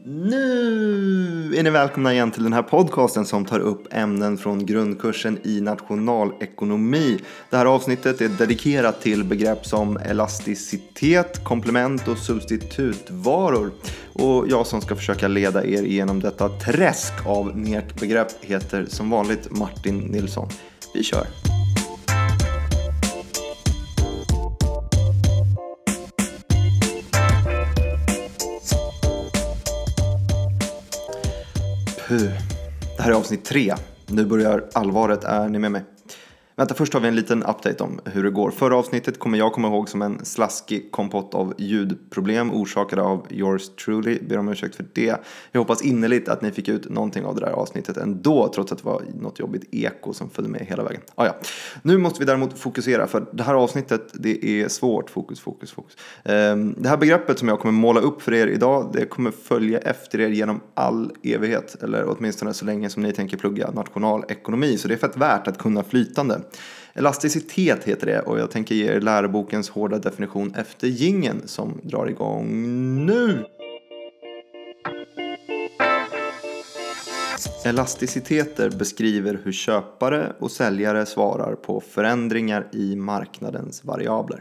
Nu är ni välkomna igen till den här podcasten som tar upp ämnen från grundkursen i nationalekonomi. Det här avsnittet är dedikerat till begrepp som elasticitet, komplement och substitutvaror. Och jag som ska försöka leda er igenom detta träsk av nekbegrepp heter som vanligt Martin Nilsson. Vi kör! Det här är avsnitt 3. Nu börjar allvaret. Är ni med mig? Vänta, först har vi en liten update om hur det går. Förra avsnittet kommer jag komma ihåg som en slaskig kompott av ljudproblem orsakade av yours truly. Ber om ursäkt för det. Jag hoppas innerligt att ni fick ut någonting av det där avsnittet ändå, trots att det var något jobbigt eko som följde med hela vägen. Ja. Nu måste vi däremot fokusera, för det här avsnittet, det är svårt. Fokus. Det här begreppet som jag kommer måla upp för er idag, det kommer följa efter er genom all evighet, eller åtminstone så länge som ni tänker plugga nationalekonomi, så det är fett värt att kunna flytande. Elasticitet heter det, och jag tänker ge er lärobokens hårda definition efter jingeln som drar igång nu. Elasticiteter beskriver hur köpare och säljare svarar på förändringar i marknadens variabler.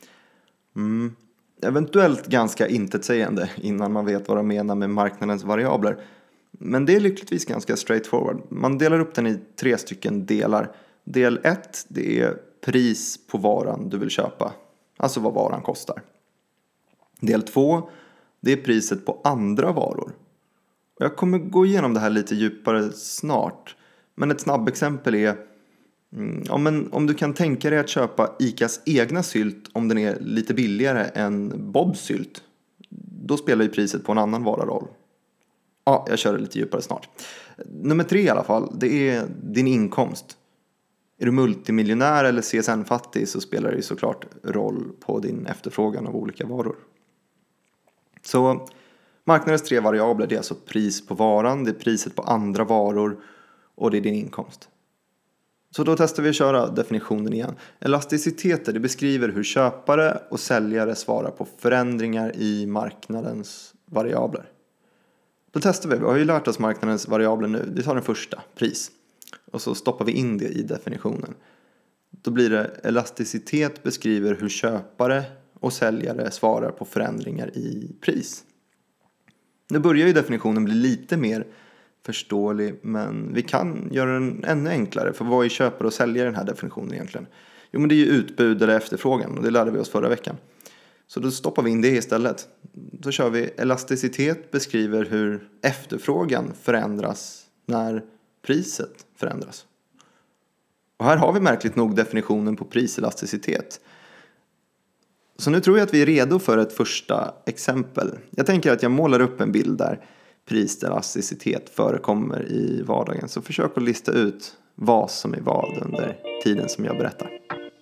Eventuellt ganska intetsägande innan man vet vad de menar med marknadens variabler. Men det är lyckligtvis ganska straightforward. Man delar upp den i 3 stycken delar. Del 1, det är pris på varan du vill köpa. Alltså vad varan kostar. Del 2, det är priset på andra varor. Och jag kommer gå igenom det här lite djupare snart. Men ett snabbexempel är om du kan tänka dig att köpa ICAs egna sylt om den är lite billigare än Bobs sylt. Då spelar ju priset på en annan vara roll. Ja, jag kör det lite djupare snart. Nummer 3 i alla fall, det är din inkomst. Är du multimiljonär eller CSN-fattig så spelar det ju såklart roll på din efterfrågan av olika varor. Så marknadens 3 variabler, det är alltså pris på varan, det är priset på andra varor och det är din inkomst. Så då testar vi att köra definitionen igen. Elasticiteter, det beskriver hur köpare och säljare svarar på förändringar i marknadens variabler. Då testar vi har ju lärt oss marknadens variabler nu. Vi tar den första, pris. Och så stoppar vi in det i definitionen. Då blir det elasticitet beskriver hur köpare och säljare svarar på förändringar i pris. Nu börjar ju definitionen bli lite mer förståelig, men vi kan göra den ännu enklare. För vad är köpare och säljare i den här definitionen egentligen? Jo, men det är ju utbud eller efterfrågan, och det lärde vi oss förra veckan. Så då stoppar vi in det istället. Så kör vi elasticitet beskriver hur efterfrågan förändras när priset förändras. Och här har vi märkligt nog definitionen på priselasticitet. Så nu tror jag att vi är redo för ett första exempel. Jag tänker att jag målar upp en bild där priselasticitet förekommer i vardagen. Så försök att lista ut vad som är vad under tiden som jag berättar.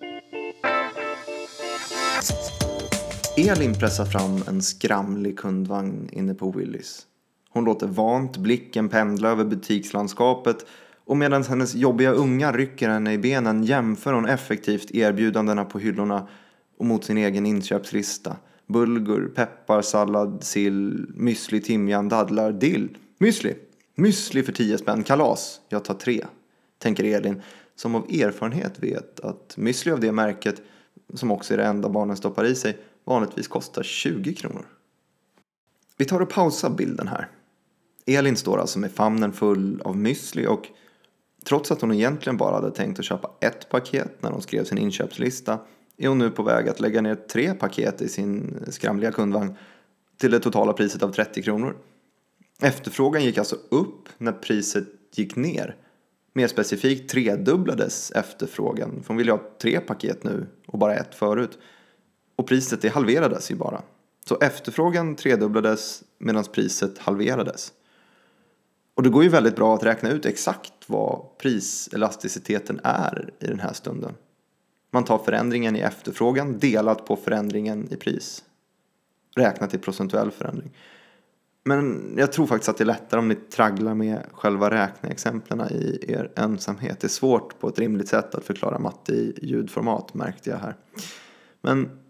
Elin pressar fram en skramlig kundvagn inne på Willys. Hon låter vant blicken pendla över butikslandskapet, och medan hennes jobbiga unga rycker henne i benen jämför hon effektivt erbjudandena på hyllorna och mot sin egen inköpslista. Bulgur, peppar, sallad, sill, müsli, timjan, dadlar, dill. Müsli för 10 spänn, kalas. Jag tar 3, tänker Elin, som av erfarenhet vet att müsli av det märket, som också är det enda barnen stoppar i sig, vanligtvis kostar 20 kronor. Vi tar och pausar bilden här. Elin står alltså med famnen full av müsli, och trots att hon egentligen bara hade tänkt att köpa 1 paket när hon skrev sin inköpslista, är hon nu på väg att lägga ner 3 paket i sin skramliga kundvagn till det totala priset av 30 kronor. Efterfrågan gick alltså upp när priset gick ner. Mer specifikt tredubblades efterfrågan. För hon ville ha 3 paket nu och bara 1 förut. Och priset det halverades ju bara. Så efterfrågan tredubblades medan priset halverades. Och det går ju väldigt bra att räkna ut exakt vad priselasticiteten är i den här stunden. Man tar förändringen i efterfrågan delat på förändringen i pris. Räknat i procentuell förändring. Men jag tror faktiskt att det är lättare om ni tragglar med själva räkneexemplen i er ensamhet. Det är svårt på ett rimligt sätt att förklara matte i ljudformat, märkte jag här. Men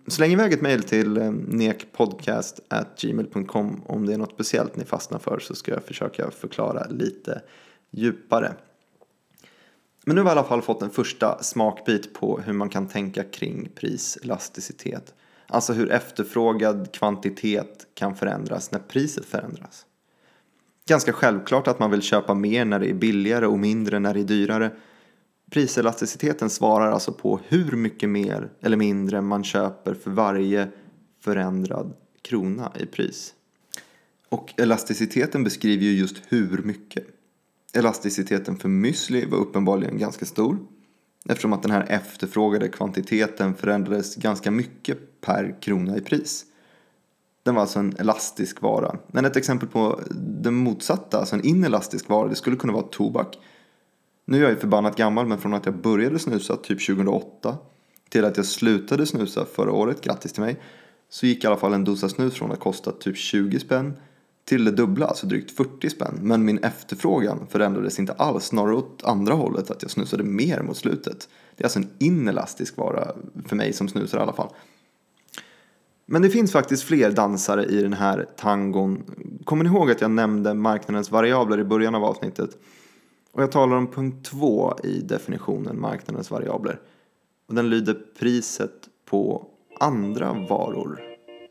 Släng iväg ett mejl till nekpodcast@gmail.com om det är något speciellt ni fastnar för, så ska jag försöka förklara lite djupare. Men nu har vi i alla fall fått en första smakbit på hur man kan tänka kring priselasticitet. Alltså hur efterfrågad kvantitet kan förändras när priset förändras. Ganska självklart att man vill köpa mer när det är billigare och mindre när det är dyrare. Priselasticiteten svarar alltså på hur mycket mer eller mindre man köper för varje förändrad krona i pris. Och elasticiteten beskriver ju just hur mycket. Elasticiteten för müsli var uppenbarligen ganska stor, eftersom att den här efterfrågade kvantiteten förändrades ganska mycket per krona i pris. Den var alltså en elastisk vara. Men ett exempel på det motsatta, alltså en inelastisk vara, det skulle kunna vara tobak. Nu är jag ju förbannat gammal, men från att jag började snusa typ 2008 till att jag slutade snusa förra året, grattis till mig, så gick i alla fall en dosa snus från att kosta typ 20 spänn till det dubbla, alltså drygt 40 spänn. Men min efterfrågan förändrades inte alls, snarare åt andra hållet, att jag snusade mer mot slutet. Det är alltså en inelastisk vara för mig som snusar i alla fall. Men det finns faktiskt fler dansare i den här tangon. Kommer ni ihåg att jag nämnde marknadens variabler i början av avsnittet? Och jag talar om punkt 2 i definitionen marknadens variabler. Och den lyder priset på andra varor.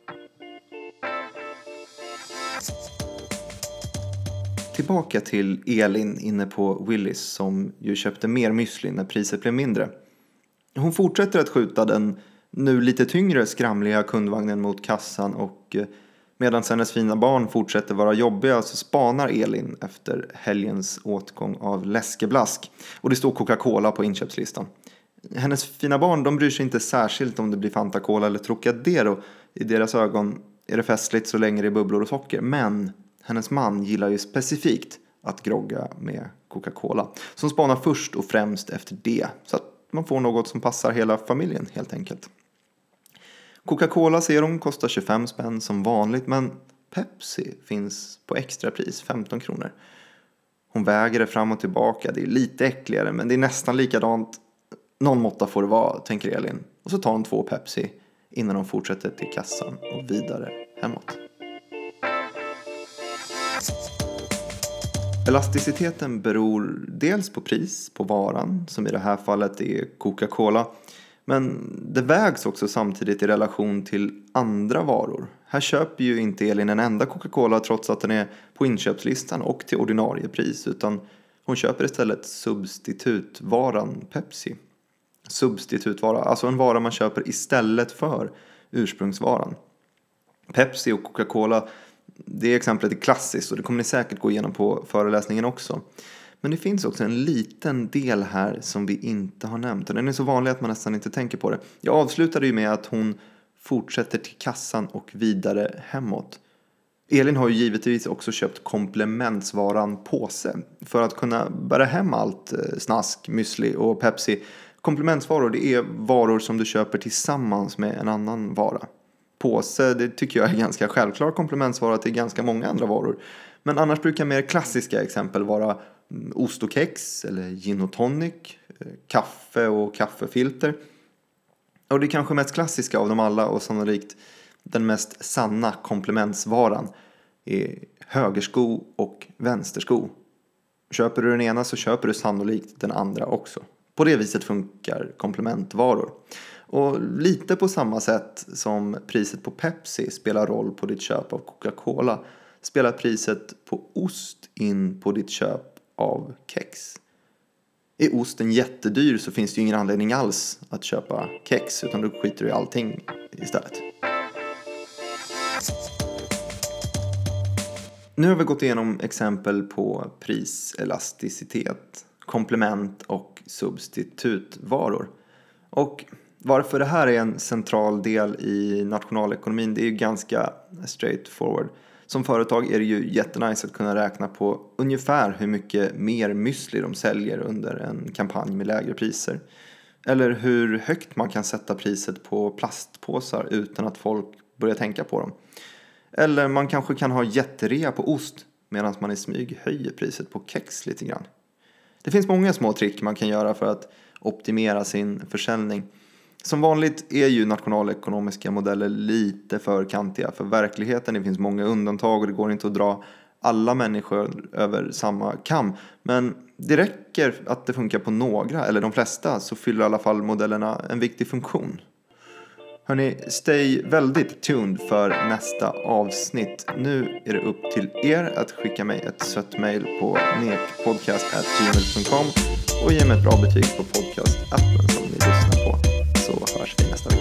Tillbaka till Elin inne på Willys som ju köpte mer müsli när priset blev mindre. Hon fortsätter att skjuta den nu lite tyngre skramliga kundvagnen mot kassan, och medan hennes fina barn fortsätter vara jobbiga så spanar Elin efter helgens åtgång av läskeblask. Och det står Coca-Cola på inköpslistan. Hennes fina barn, de bryr sig inte särskilt om det blir Fanta Cola eller Trocadero. I deras ögon är det festligt så länge det är bubblor och socker. Men hennes man gillar ju specifikt att grogga med Coca-Cola. Som spanar först och främst efter det. Så att man får något som passar hela familjen helt enkelt. Coca-Cola ser hon kostar 25 spänn som vanligt, men Pepsi finns på extrapris, 15 kronor. Hon väger det fram och tillbaka, det är lite äckligare men det är nästan likadant. Någon måtta får det vara, tänker Elin. Och så tar hon 2 Pepsi innan hon fortsätter till kassan och vidare hemåt. Elasticiteten beror dels på pris på varan, som i det här fallet är Coca-Cola. Men det vägs också samtidigt i relation till andra varor. Här köper ju inte Elin en enda Coca-Cola trots att den är på inköpslistan och till ordinarie pris. Utan hon köper istället substitutvaran Pepsi. Substitutvara, alltså en vara man köper istället för ursprungsvaran. Pepsi och Coca-Cola, det exemplet är klassiskt och det kommer ni säkert gå igenom på föreläsningen också. Men det finns också en liten del här som vi inte har nämnt. Och den är så vanlig att man nästan inte tänker på det. Jag avslutade ju med att hon fortsätter till kassan och vidare hemåt. Elin har ju givetvis också köpt komplementsvaran påse. För att kunna bära hem allt snask, müsli och Pepsi. Komplementsvaror, det är varor som du köper tillsammans med en annan vara. Påse, det tycker jag är ganska självklar komplementsvara till ganska många andra varor. Men annars brukar mer klassiska exempel vara ost och kex eller gin och tonic, kaffe och kaffefilter. Och det kanske mest klassiska av dem alla och sannolikt den mest sanna komplementsvaran är högersko och vänstersko. Köper du den ena så köper du sannolikt den andra också. På det viset funkar komplementvaror. Och lite på samma sätt som priset på Pepsi spelar roll på ditt köp av Coca-Cola spelar priset på ost in på ditt köp av kex. Är osten jättedyr så finns det ju ingen anledning alls att köpa kex, utan du skiter i allting istället. Nu har vi gått igenom exempel på priselasticitet, komplement och substitutvaror. Och varför det här är en central del i nationalekonomin, det är ju ganska straightforward. Som företag är det ju jättenice att kunna räkna på ungefär hur mycket mer müsli de säljer under en kampanj med lägre priser. Eller hur högt man kan sätta priset på plastpåsar utan att folk börjar tänka på dem. Eller man kanske kan ha jätterea på ost medan man i smyg höjer priset på kex lite grann. Det finns många små trick man kan göra för att optimera sin försäljning. Som vanligt är ju nationalekonomiska modeller lite för kantiga för verkligheten. Det finns många undantag och det går inte att dra alla människor över samma kam. Men det räcker att det funkar på några eller de flesta, så fyller i alla fall modellerna en viktig funktion. Hörrni, stay väldigt tuned för nästa avsnitt. Nu är det upp till er att skicka mig ett sött mail på nekpodcast@gmail.com och ge mig ett bra betyg på podcast-appen som ni lyssnar på. Så hörs vi nästa vecka.